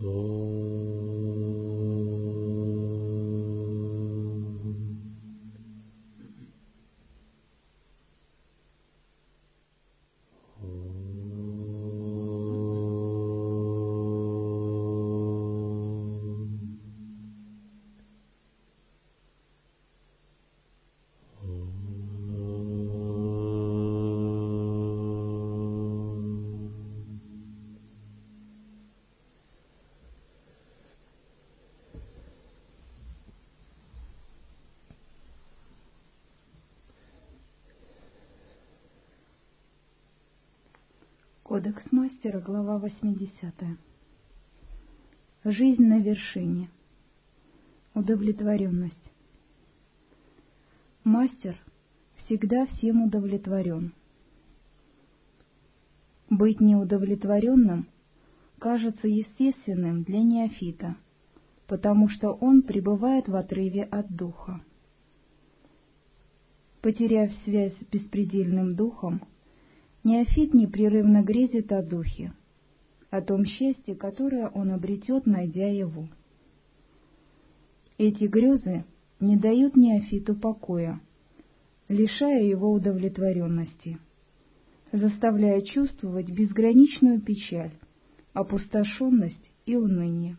Кодекс мастера, глава 80. Жизнь на вершине. Удовлетворенность. Мастер всегда всем удовлетворен. Быть неудовлетворенным кажется естественным для неофита, потому что он пребывает в отрыве от духа. Потеряв связь с беспредельным духом, неофит непрерывно грезит о духе, о том счастье, которое он обретет, найдя его. Эти грезы не дают неофиту покоя, лишая его удовлетворенности, заставляя чувствовать безграничную печаль, опустошенность и уныние.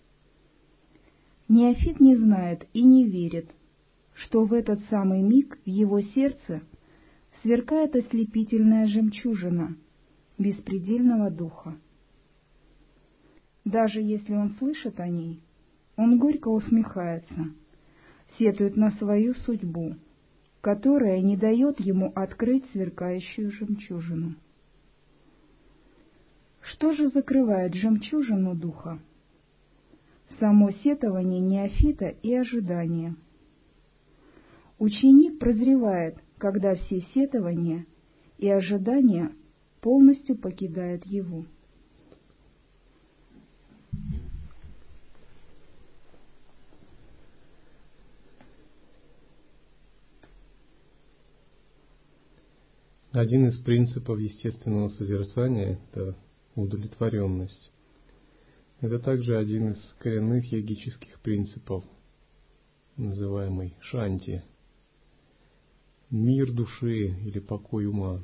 Неофит не знает и не верит, что в этот самый миг в его сердце сверкает ослепительная жемчужина беспредельного духа. Даже если он слышит о ней, он горько усмехается, сетует на свою судьбу, которая не дает ему открыть сверкающую жемчужину. Что же закрывает жемчужину духа? Само сетование неофита и ожидание. Ученик прозревает, когда все сетования и ожидания полностью покидают его. Один из принципов естественного созерцания – это удовлетворенность. Это также один из коренных йогических принципов, называемый шанти – мир души или покой ума.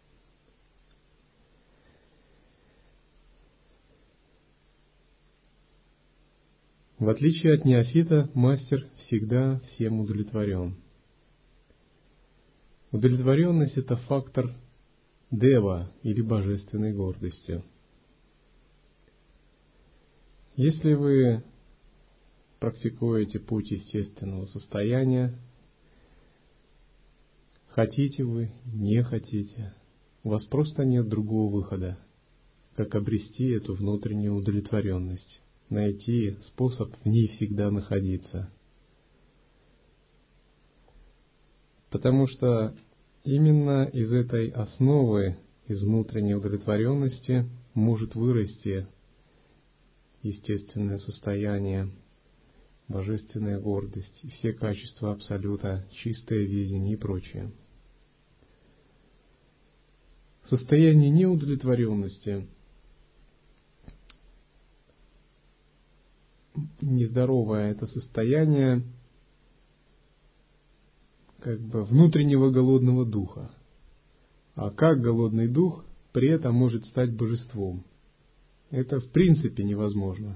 В отличие от неофита, мастер всегда всем удовлетворен. Удовлетворенность – это фактор дева или божественной гордости. Если вы практикуете путь естественного состояния, хотите вы, не хотите, у вас просто нет другого выхода, как обрести эту внутреннюю удовлетворенность, найти способ в ней всегда находиться. Потому что именно из этой основы, из внутренней удовлетворенности, может вырасти естественное состояние, божественная гордость, все качества Абсолюта, чистое видение и прочее. Состояние неудовлетворенности, нездоровое это состояние как бы внутреннего голодного духа. А как голодный дух при этом может стать божеством? Это в принципе невозможно.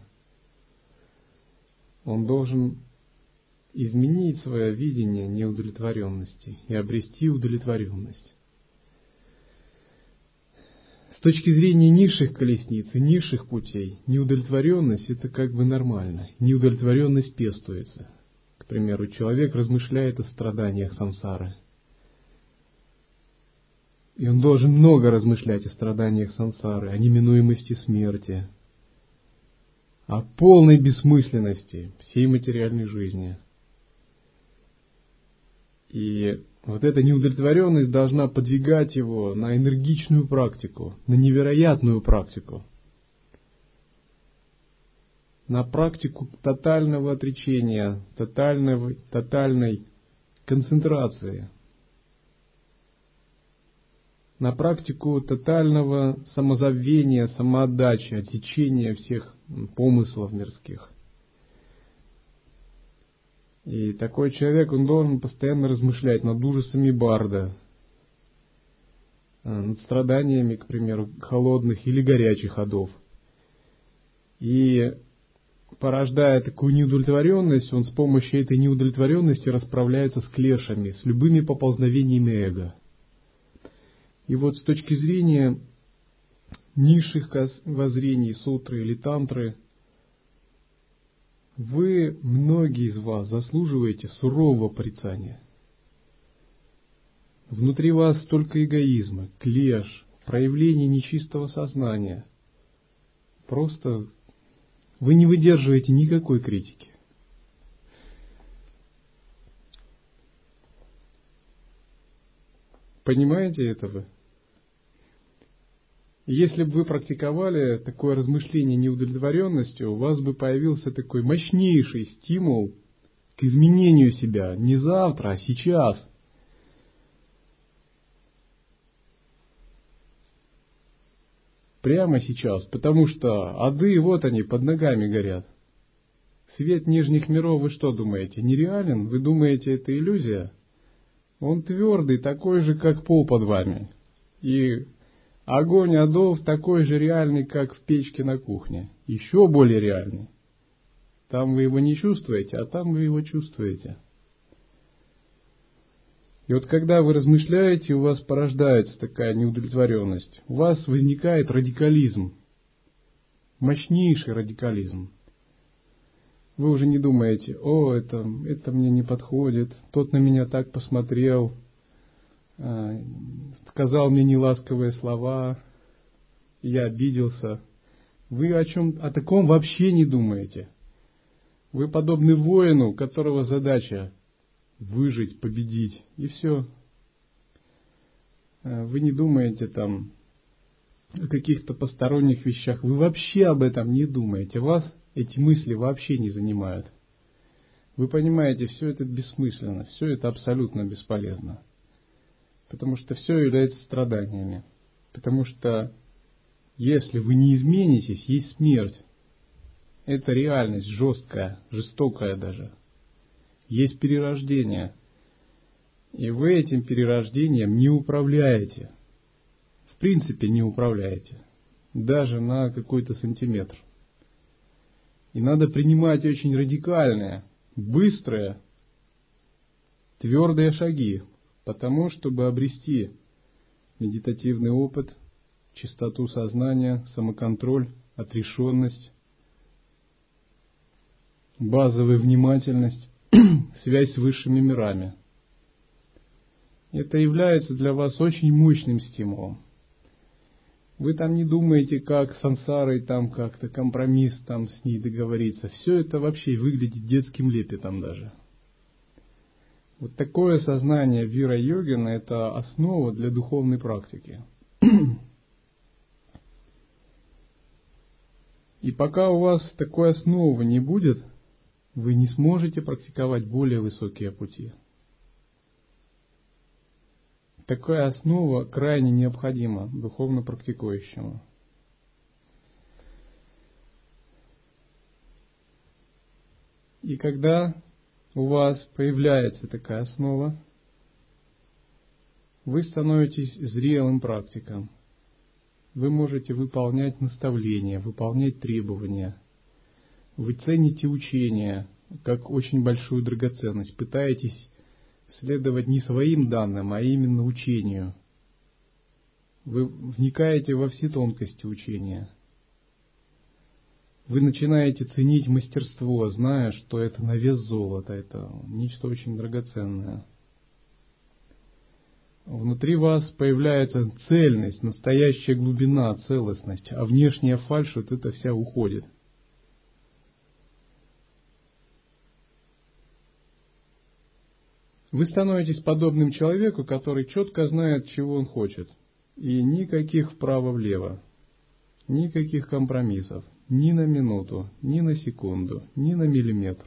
Он должен изменить свое видение неудовлетворенности и обрести удовлетворенность. С точки зрения низших колесниц и низших путей, неудовлетворенность это как бы нормально. Неудовлетворенность пестуется. К примеру, человек размышляет о страданиях сансары. И он должен много размышлять о страданиях сансары, о неминуемости смерти, о полной бессмысленности всей материальной жизни. И вот эта неудовлетворенность должна подвигать его на энергичную практику, на невероятную практику, на практику тотального отречения, тотальной концентрации, на практику тотального самозабвения, самоотдачи, отсечения всех помыслов мирских. И такой человек, он должен постоянно размышлять над ужасами барда, над страданиями, к примеру, холодных или горячих адов. И порождая такую неудовлетворенность, он с помощью этой неудовлетворенности расправляется с клешами, с любыми поползновениями эго. И вот с точки зрения низших воззрений, сутры или тантры, вы, многие из вас, заслуживаете сурового порицания. Внутри вас столько эгоизма, клеш, проявлений нечистого сознания. Просто вы не выдерживаете никакой критики. Понимаете это вы? Если бы вы практиковали такое размышление неудовлетворенностью, у вас бы появился такой мощнейший стимул к изменению себя не завтра, а сейчас. Прямо сейчас, потому что ады, вот они, под ногами горят. Свет нижних миров, вы что думаете, нереален? Вы думаете, это иллюзия? Он твердый, такой же, как пол под вами. И огонь адов такой же реальный, как в печке на кухне. Еще более реальный. Там вы его не чувствуете, а там вы его чувствуете. И вот когда вы размышляете, у вас порождается такая неудовлетворенность. У вас возникает радикализм. Мощнейший радикализм. Вы уже не думаете, это мне не подходит, тот на меня так посмотрел, сказал мне неласковые слова, я обиделся. Вы о таком вообще не думаете. Вы подобны воину, у которого задача выжить, победить, и все. Вы не думаете там о каких-то посторонних вещах, вы вообще об этом не думаете, вас эти мысли вообще не занимают. Вы понимаете, все это бессмысленно, все это абсолютно бесполезно. Потому что все является страданиями. Потому что если вы не изменитесь, есть смерть. Это реальность жесткая, жестокая даже. Есть перерождение. И вы этим перерождением не управляете. В принципе не управляете. Даже на какой-то сантиметр. И надо принимать очень радикальные, быстрые, твердые шаги, потому чтобы обрести медитативный опыт, чистоту сознания, самоконтроль, отрешенность, базовую внимательность, связь с высшими мирами. Это является для вас очень мощным стимулом. Вы там не думаете, как с сансарой там как-то компромисс там с ней договориться. Все это вообще выглядит детским лепетом даже. Вот такое сознание вира-йогина – это основа для духовной практики. И пока у вас такой основы не будет, вы не сможете практиковать более высокие пути. Такая основа крайне необходима духовно практикующему. И когда у вас появляется такая основа, вы становитесь зрелым практиком. Вы можете выполнять наставления, выполнять требования. Вы цените учения как очень большую драгоценность, пытаетесь следовать не своим данным, а именно учению. Вы вникаете во все тонкости учения. Вы начинаете ценить мастерство, зная, что это на вес золота, это нечто очень драгоценное. Внутри вас появляется цельность, настоящая глубина, целостность, а внешняя фальшь, вот это вся уходит. Вы становитесь подобным человеку, который четко знает, чего он хочет. И никаких вправо-влево, никаких компромиссов, ни на минуту, ни на секунду, ни на миллиметр.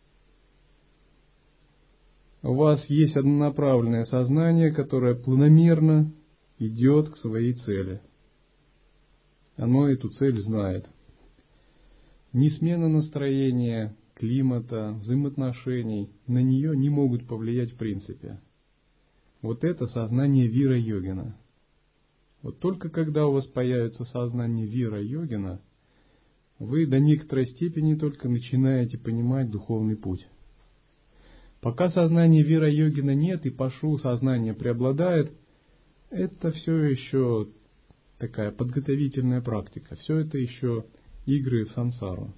У вас есть однонаправленное сознание, которое планомерно идет к своей цели. Оно эту цель знает. ни смена настроения, климата, взаимоотношений на нее не могут повлиять в принципе. Вот это сознание вира-йогина. Вот только когда у вас появится сознание вира-йогина, вы до некоторой степени только начинаете понимать духовный путь. Пока сознания вира-йогина нет и пашу сознание преобладает, это все еще такая подготовительная практика, все это еще игры в сансару.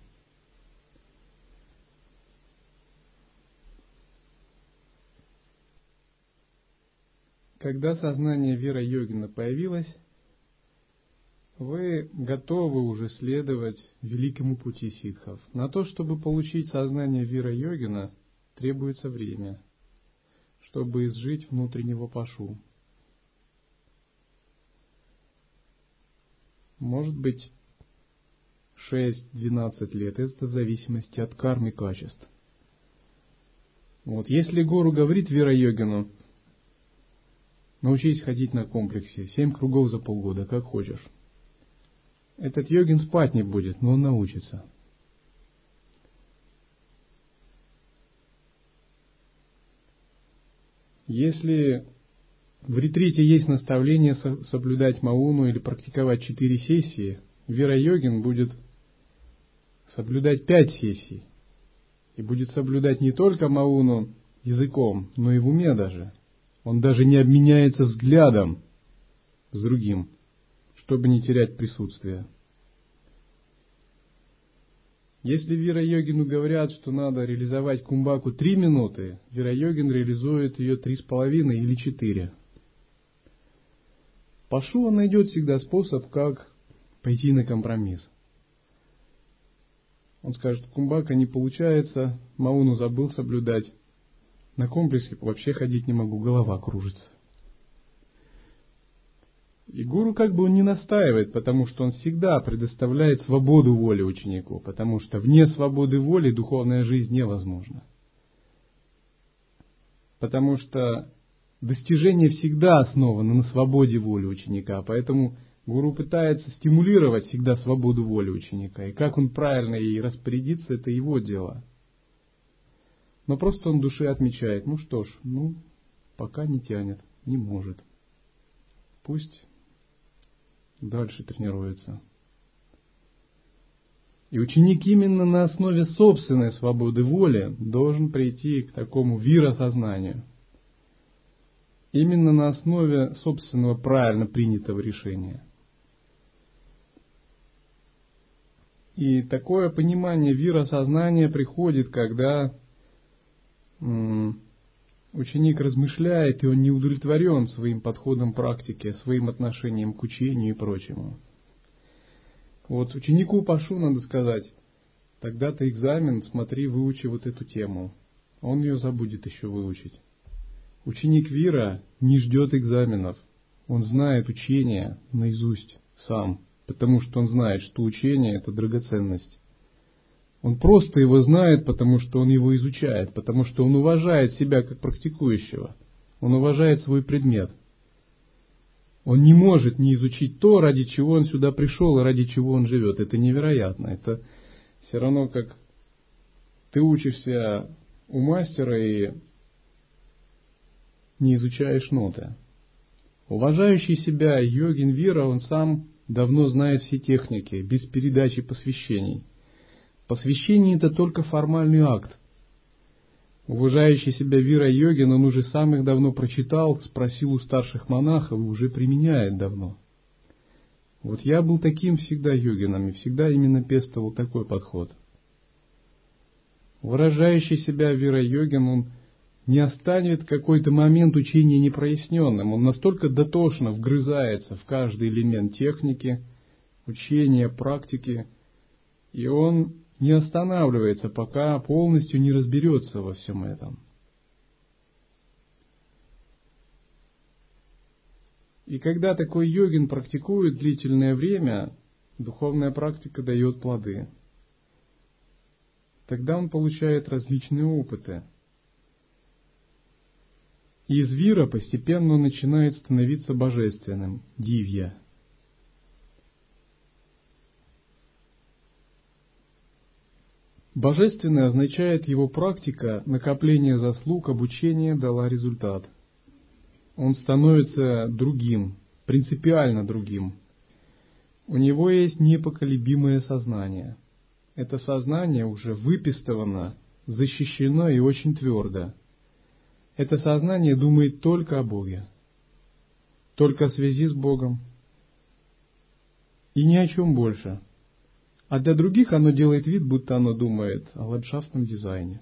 Когда сознание вира-йогина появилось, вы готовы уже следовать великому пути ситхов. На то, чтобы получить сознание вира-йогина, требуется время, чтобы изжить внутреннего пашу. Может быть 6-12 лет, это в зависимости от кармы качеств. Вот, если гуру говорит вира-йогину: научись ходить на комплексе, 7 кругов за полгода, как хочешь. Этот йогин спать не будет, но он научится. Если в ретрите есть наставление соблюдать мауну или практиковать 4 сессии, вира-йогин будет соблюдать 5 сессий. И будет соблюдать не только мауну языком, но и в уме даже. Он даже не обменяется взглядом с другим, чтобы не терять присутствие. Если вира-йогину говорят, что надо реализовать кумбаку 3 минуты, вира-йогин реализует ее 3,5 или 4. Пашу он найдет всегда способ, как пойти на компромисс. Он скажет: кумбака не получается, мауну забыл соблюдать, на комплексе вообще ходить не могу, голова кружится. И гуру как бы он не настаивает, потому что он всегда предоставляет свободу воли ученику, потому что вне свободы воли духовная жизнь невозможна. Потому что достижение всегда основано на свободе воли ученика, поэтому гуру пытается стимулировать всегда свободу воли ученика, и как он правильно ей распорядится, это его дело. Но просто он в душе отмечает: ну что ж, пока не тянет, не может. Пусть дальше тренируется. И ученик именно на основе собственной свободы воли должен прийти к такому вира-сознанию. Именно на основе собственного правильно принятого решения. И такое понимание вира-сознания приходит, когда ученик размышляет, и он не удовлетворен своим подходом к практике, своим отношением к учению и прочему. Вот ученику пашу надо сказать: тогда-то экзамен, смотри, выучи вот эту тему. Он ее забудет еще выучить. Ученик вира не ждет экзаменов. Он знает учение наизусть сам, потому что он знает, что учение – это драгоценность. Он просто его знает, потому что он его изучает, потому что он уважает себя как практикующего. Он уважает свой предмет. Он не может не изучить то, ради чего он сюда пришел и ради чего он живет. Это невероятно. Это все равно, как ты учишься у мастера и не изучаешь ноты. Уважающий себя йогин вира, он сам давно знает все техники, без передачи посвящений. Посвящение – это только формальный акт. Уважающий себя вира-йогин, он уже сам их давно прочитал, спросил у старших монахов и уже применяет давно. Вот я был таким всегда йогином и всегда именно пестовал такой подход. Выражающий себя вира-йогин, он не оставит какой-то момент учения непроясненным. Он настолько дотошно вгрызается в каждый элемент техники, учения, практики, и он не останавливается, пока полностью не разберется во всем этом. И когда такой йогин практикует длительное время, духовная практика дает плоды. Тогда он получает различные опыты. И из вира постепенно он начинает становиться божественным, дивья. Божественное означает его практика, накопление заслуг, обучение дала результат. Он становится другим, принципиально другим. У него есть непоколебимое сознание. Это сознание уже выпистовано, защищено и очень твердо. Это сознание думает только о Боге, только о связи с Богом и ни о чем больше. А для других оно делает вид, будто оно думает о ландшафтном дизайне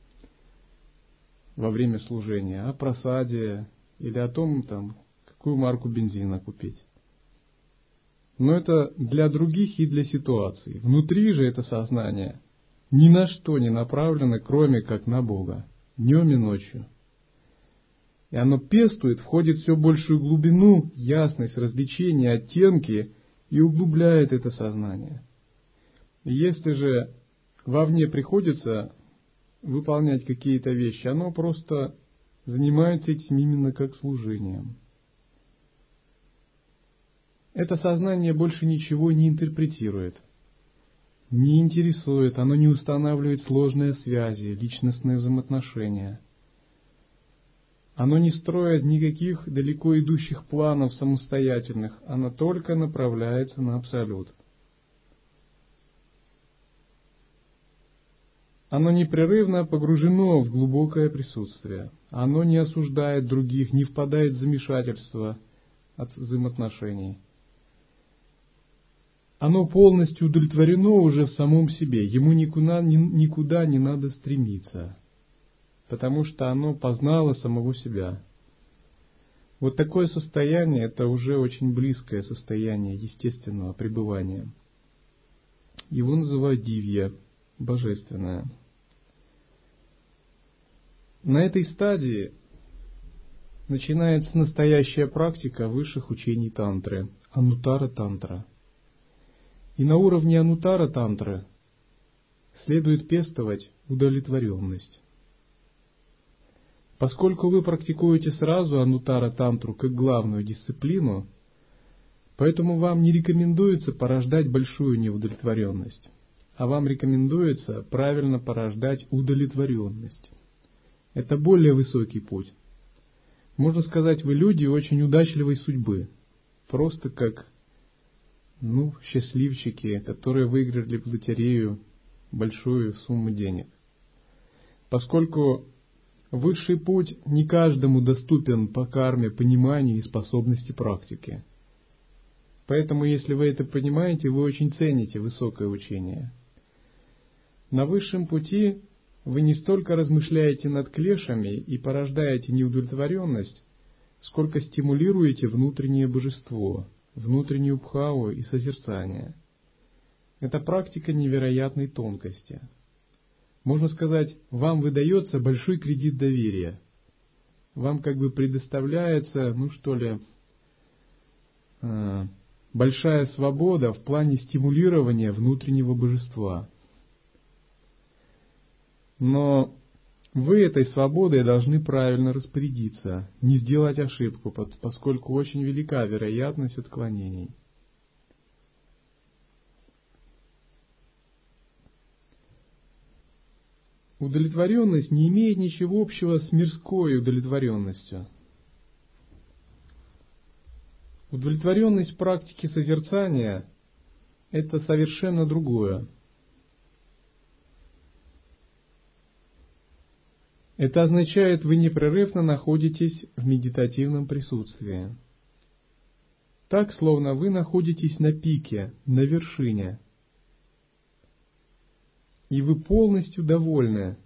во время служения, о просаде или о том, какую марку бензина купить. Но это для других и для ситуаций. Внутри же это сознание ни на что не направлено, кроме как на Бога, днем и ночью. И оно пестует, входит в все большую глубину, ясность, развлечения, оттенки и углубляет это сознание. И если же вовне приходится выполнять какие-то вещи, оно просто занимается этим именно как служением. Это сознание больше ничего не интерпретирует, не интересует, оно не устанавливает сложные связи, личностные взаимоотношения. Оно не строит никаких далеко идущих планов самостоятельных, оно только направляется на Абсолют. Оно непрерывно погружено в глубокое присутствие. Оно не осуждает других, не впадает в замешательство от взаимоотношений. Оно полностью удовлетворено уже в самом себе. Ему никуда не надо стремиться, потому что оно познало самого себя. Вот такое состояние – это уже очень близкое состояние естественного пребывания. Его называют дивья, божественное. На этой стадии начинается настоящая практика высших учений тантры, анутара-тантра. И на уровне анутара-тантры следует пестовать удовлетворенность. Поскольку вы практикуете сразу анутара-тантру как главную дисциплину, поэтому вам не рекомендуется порождать большую неудовлетворенность, а вам рекомендуется правильно порождать удовлетворенность. Это более высокий путь. Можно сказать, вы люди очень удачливой судьбы, просто как счастливчики, которые выиграли в лотерею большую сумму денег. Поскольку высший путь не каждому доступен по карме, пониманию и способности практики. Поэтому, если вы это понимаете, вы очень цените высокое учение. На высшем пути вы не столько размышляете над клешами и порождаете неудовлетворенность, сколько стимулируете внутреннее божество, внутреннюю бхаву и созерцание. Это практика невероятной тонкости. Можно сказать, вам выдается большой кредит доверия. Вам как бы предоставляется, большая свобода в плане стимулирования внутреннего божества. Но вы этой свободой должны правильно распорядиться, не сделать ошибку, поскольку очень велика вероятность отклонений. Удовлетворенность не имеет ничего общего с мирской удовлетворенностью. Удовлетворенность в практике созерцания – это совершенно другое. Это означает, вы непрерывно находитесь в медитативном присутствии. Так, словно вы находитесь на пике, на вершине. И вы полностью довольны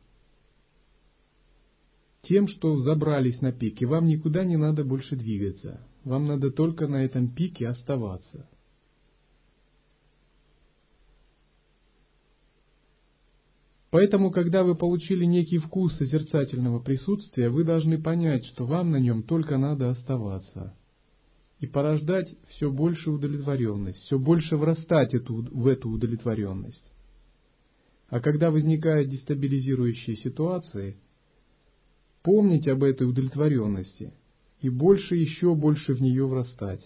тем, что забрались на пик, и вам никуда не надо больше двигаться. Вам надо только на этом пике оставаться. Поэтому, когда вы получили некий вкус созерцательного присутствия, вы должны понять, что вам на нем только надо оставаться. И порождать все больше удовлетворенность, все больше врастать в эту удовлетворенность. А когда возникают дестабилизирующие ситуации, помнить об этой удовлетворенности и еще больше в нее врастать.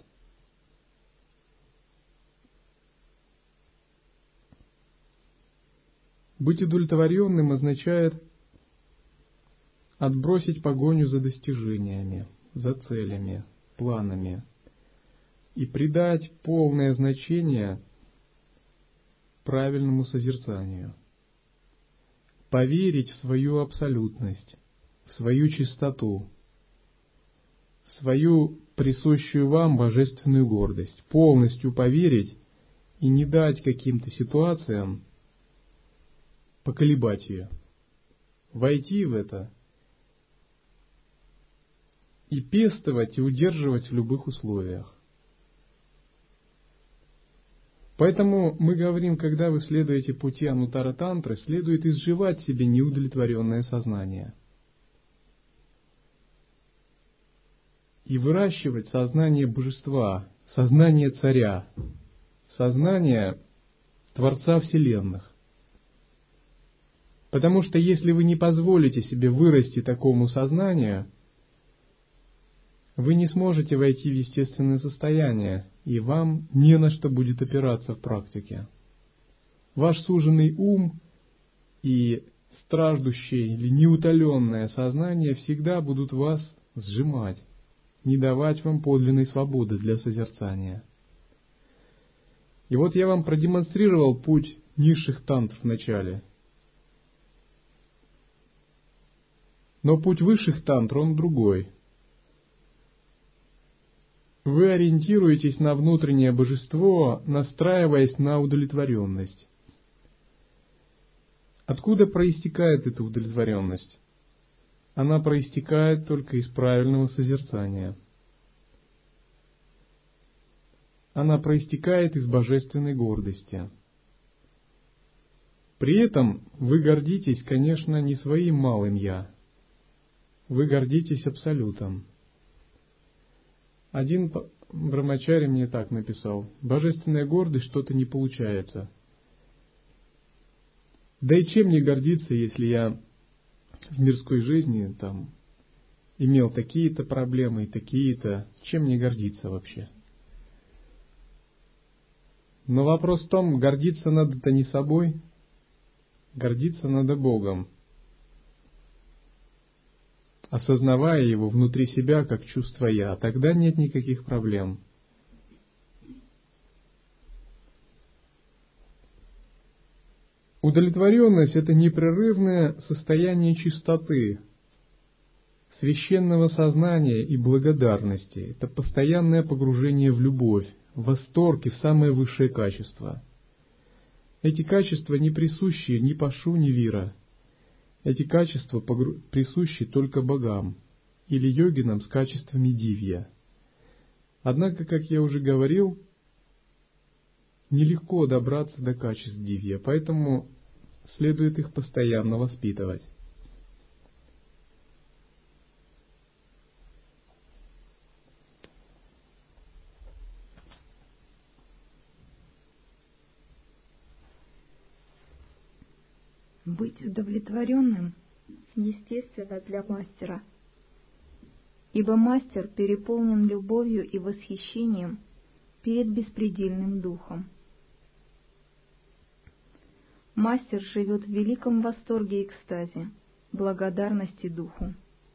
Быть удовлетворенным означает отбросить погоню за достижениями, за целями, планами и придать полное значение правильному созерцанию. Поверить в свою абсолютность, в свою чистоту, в свою присущую вам божественную гордость, полностью поверить и не дать каким-то ситуациям поколебать ее, войти в это и пестовать и удерживать в любых условиях. Поэтому мы говорим, когда вы следуете пути Анутара Тантры, следует изживать в себе неудовлетворенное сознание и выращивать сознание божества, сознание царя, сознание Творца Вселенных. Потому что если вы не позволите себе вырасти такому сознанию, вы не сможете войти в естественное состояние, и вам не на что будет опираться в практике. Ваш суженный ум и страждущее или неутоленное сознание всегда будут вас сжимать, не давать вам подлинной свободы для созерцания. И вот я вам продемонстрировал путь низших тантр в начале. Но путь высших тантр, он другой. Вы ориентируетесь на внутреннее божество, настраиваясь на удовлетворенность. Откуда проистекает эта удовлетворенность? Она проистекает только из правильного созерцания. Она проистекает из божественной гордости. При этом вы гордитесь, конечно, не своим малым «я». Вы гордитесь Абсолютом. Один брамачари мне так написал: божественная гордость, что-то не получается. Да и чем мне гордиться, если я в мирской жизни там имел такие-то проблемы и такие-то, чем мне гордиться вообще? Но вопрос в том, гордиться надо-то не собой, гордиться надо Богом, осознавая его внутри себя как чувство «я», тогда нет никаких проблем. Удовлетворенность – это непрерывное состояние чистоты, священного сознания и благодарности. Это постоянное погружение в любовь, в восторг и в самое высшее качество. Эти качества не присущи ни Пашу, ни Вира. Эти качества присущи только богам или йогинам с качествами дивья. Однако, как я уже говорил, нелегко добраться до качеств дивья, поэтому следует их постоянно воспитывать. Быть удовлетворенным естественно для мастера, ибо мастер переполнен любовью и восхищением перед беспредельным духом. Мастер живет в великом восторге и экстазе, благодарности духу.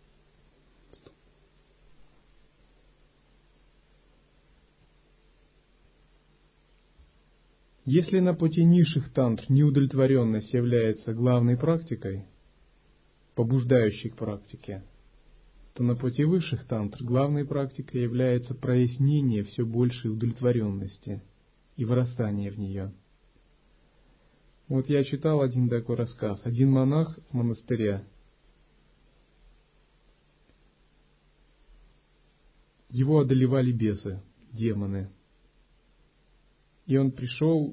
Если на пути низших тантр неудовлетворенность является главной практикой, побуждающей к практике, то на пути высших тантр главной практикой является прояснение все большей удовлетворенности и вырастание в нее. Вот я читал один такой рассказ. Один монах в монастыре, его одолевали бесы, демоны. И он пришел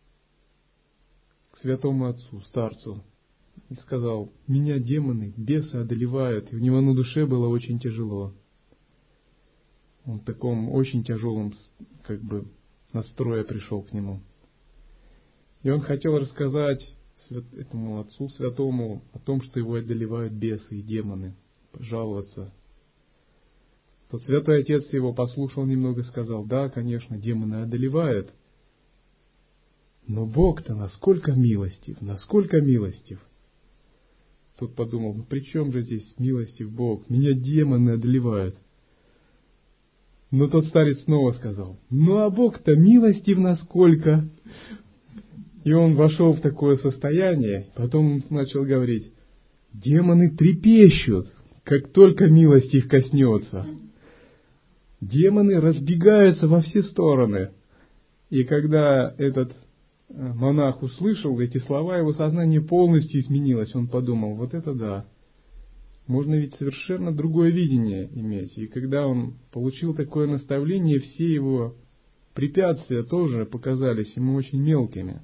к святому отцу, старцу, и сказал: меня демоны, бесы одолевают. И у него на душе было очень тяжело. Он в таком очень тяжелом настрое пришел к нему. И он хотел рассказать этому отцу святому о том, что его одолевают бесы и демоны, пожаловаться. Тот святой отец его послушал немного и сказал: да, конечно, демоны одолевают, но Бог-то насколько милостив, насколько милостив. Тот подумал, ну при чем же здесь милостив Бог? Меня демоны одолевают. Но тот старец снова сказал, ну а Бог-то милостив насколько? И он вошел в такое состояние, потом он начал говорить, демоны трепещут, как только милость их коснется. Демоны разбегаются во все стороны. И когда этот монах услышал эти слова, его сознание полностью изменилось. Он подумал, вот это да, можно ведь совершенно другое видение иметь. И когда он получил такое наставление, все его препятствия тоже показались ему очень мелкими.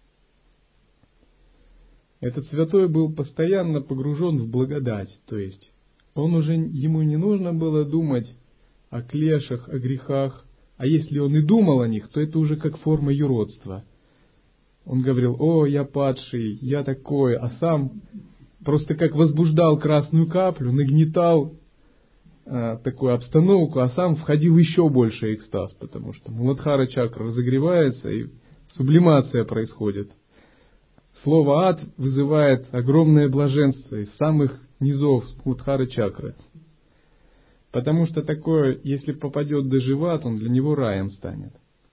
Этот святой был постоянно погружен в благодать, то есть ему не нужно было думать о клешах, о грехах, а если он и думал о них, то это уже как форма юродства. Он говорил, о, я падший, я такой, а сам просто как возбуждал красную каплю, нагнетал такую обстановку, а сам входил в еще больший экстаз, потому что Муладхара чакра разогревается и сублимация происходит. Слово «ад» вызывает огромное блаженство из самых низов Муладхара чакры. Потому что такое, если попадет даже в ад, он для него раем станет.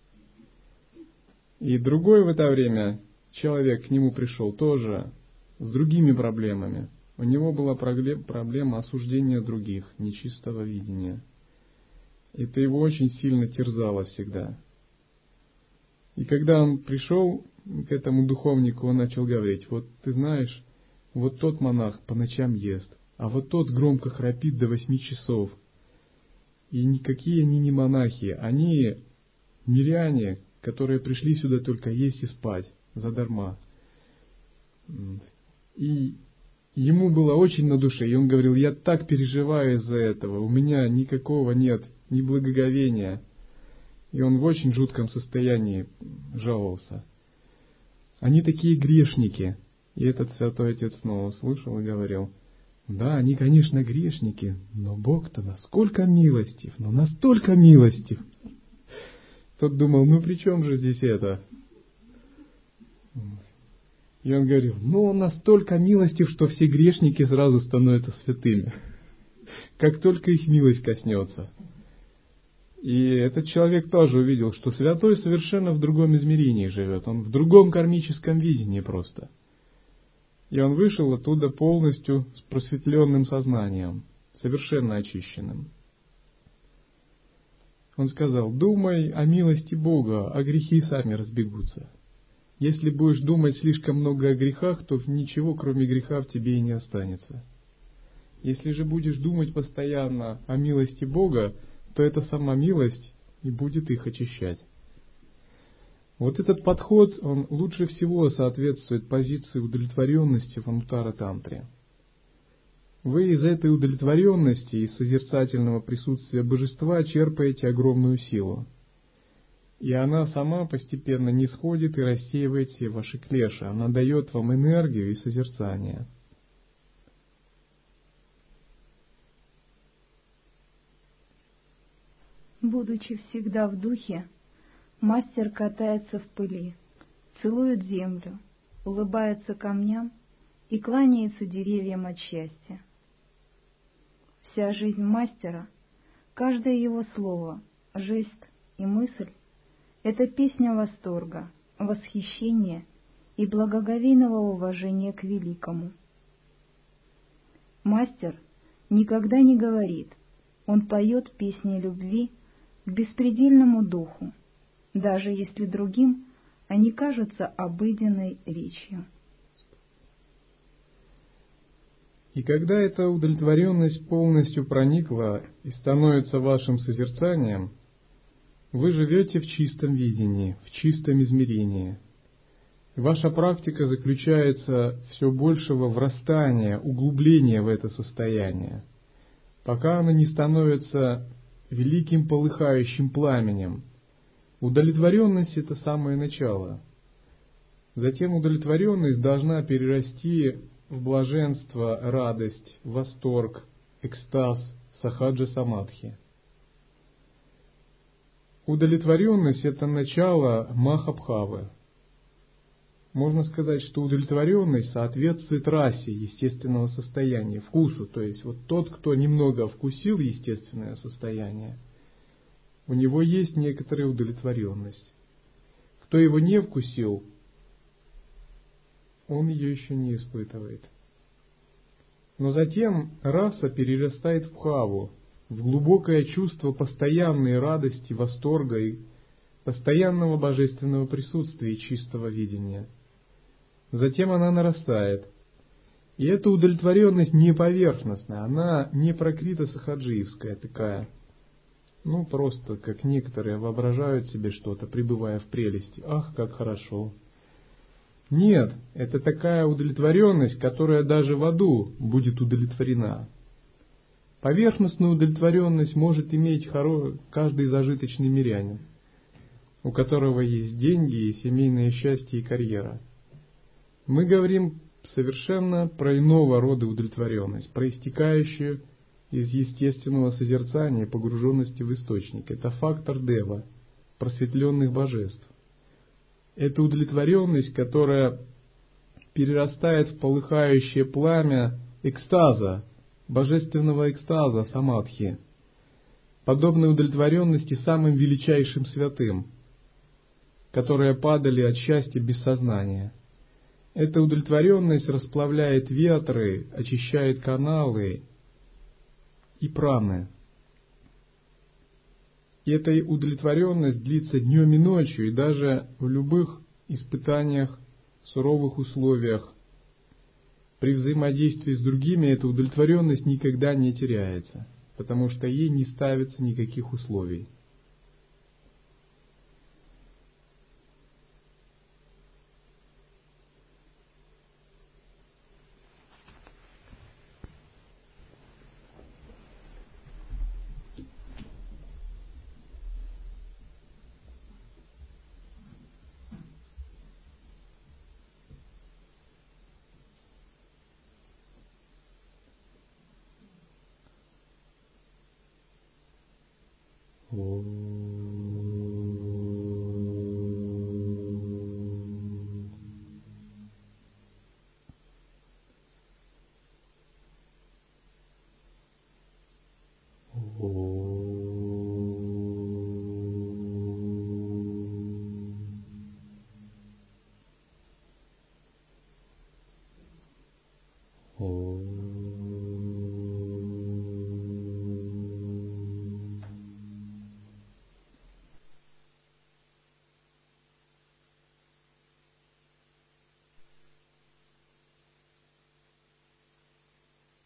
И другой в это время человек к нему пришел тоже с другими проблемами. У него была проблема осуждения других, нечистого видения. Это его очень сильно терзало всегда. И когда он пришел к этому духовнику, он начал говорить, вот ты знаешь, вот тот монах по ночам ест, а вот тот громко храпит до 8 часов. И никакие они не монахи, они миряне, которые пришли сюда только есть и спать задарма. И ему было очень на душе, и он говорил, я так переживаю из-за этого, у меня никакого нет, ни благоговения. И он в очень жутком состоянии жаловался. Они такие грешники. И этот святой отец снова слышал и говорил, да, они, конечно, грешники, но Бог-то насколько милостив, но настолько милостив. Тот думал, ну при чем же здесь это? И он говорил, ну он настолько милостив, что все грешники сразу становятся святыми, как только их милость коснется. И этот человек тоже увидел, что святой совершенно в другом измерении живет, он в другом кармическом видении просто. И он вышел оттуда полностью с просветленным сознанием, совершенно очищенным. Он сказал, думай о милости Бога, а грехи сами разбегутся. Если будешь думать слишком много о грехах, то ничего кроме греха в тебе и не останется. Если же будешь думать постоянно о милости Бога, то эта сама милость и будет их очищать. Вот этот подход, он лучше всего соответствует позиции удовлетворенности в Анутара-тантре. Вы из этой удовлетворенности и созерцательного присутствия божества черпаете огромную силу. И она сама постепенно нисходит и рассеивает все ваши клеши. Она дает вам энергию и созерцание. Будучи всегда в духе, мастер катается в пыли, целует землю, улыбается камням и кланяется деревьям от счастья. Вся жизнь мастера, каждое его слово, жест и мысль — это песня восторга, восхищения и благоговейного уважения к великому. Мастер никогда не говорит, он поет песни любви к беспредельному духу, даже если другим они кажутся обыденной речью. И когда эта удовлетворенность полностью проникла и становится вашим созерцанием, вы живете в чистом видении, в чистом измерении. Ваша практика заключается все большего врастания, углубления в это состояние, пока она не становится великим полыхающим пламенем. Удовлетворенность — это самое начало. Затем удовлетворенность должна перерасти в блаженство, радость, восторг, экстаз, сахаджа самадхи. Удовлетворенность — это начало махабхавы. можно сказать, что удовлетворенность соответствует расе естественного состояния, вкусу. То есть вот тот, кто немного вкусил естественное состояние, у него есть некоторая удовлетворенность. Кто его не вкусил, он ее еще не испытывает. Но затем раса перерастает в бхаву, в глубокое чувство постоянной радости, восторга и постоянного божественного присутствия и чистого видения. Затем она нарастает. И эта удовлетворенность не поверхностная, она не пракрита-сахаджиевская такая. Просто как некоторые воображают себе что-то, пребывая в прелести. Ах, как хорошо! Нет, это такая удовлетворенность, которая даже в аду будет удовлетворена. Поверхностную удовлетворенность может иметь каждый зажиточный мирянин, у которого есть деньги и семейное счастье и карьера. Мы говорим совершенно про иного рода удовлетворенность, проистекающую из естественного созерцания, погруженности в источник. Это фактор дева, просветленных божеств. Это удовлетворенность, которая перерастает в полыхающее пламя экстаза, божественного экстаза, самадхи, подобной удовлетворенности самым величайшим святым, которые падали от счастья без сознания. Эта удовлетворенность расплавляет ветры, очищает каналы и праны. И эта удовлетворенность длится днем и ночью, и даже в любых испытаниях, суровых условиях, при взаимодействии с другими эта удовлетворенность никогда не теряется, потому что ей не ставится никаких условий. Oh.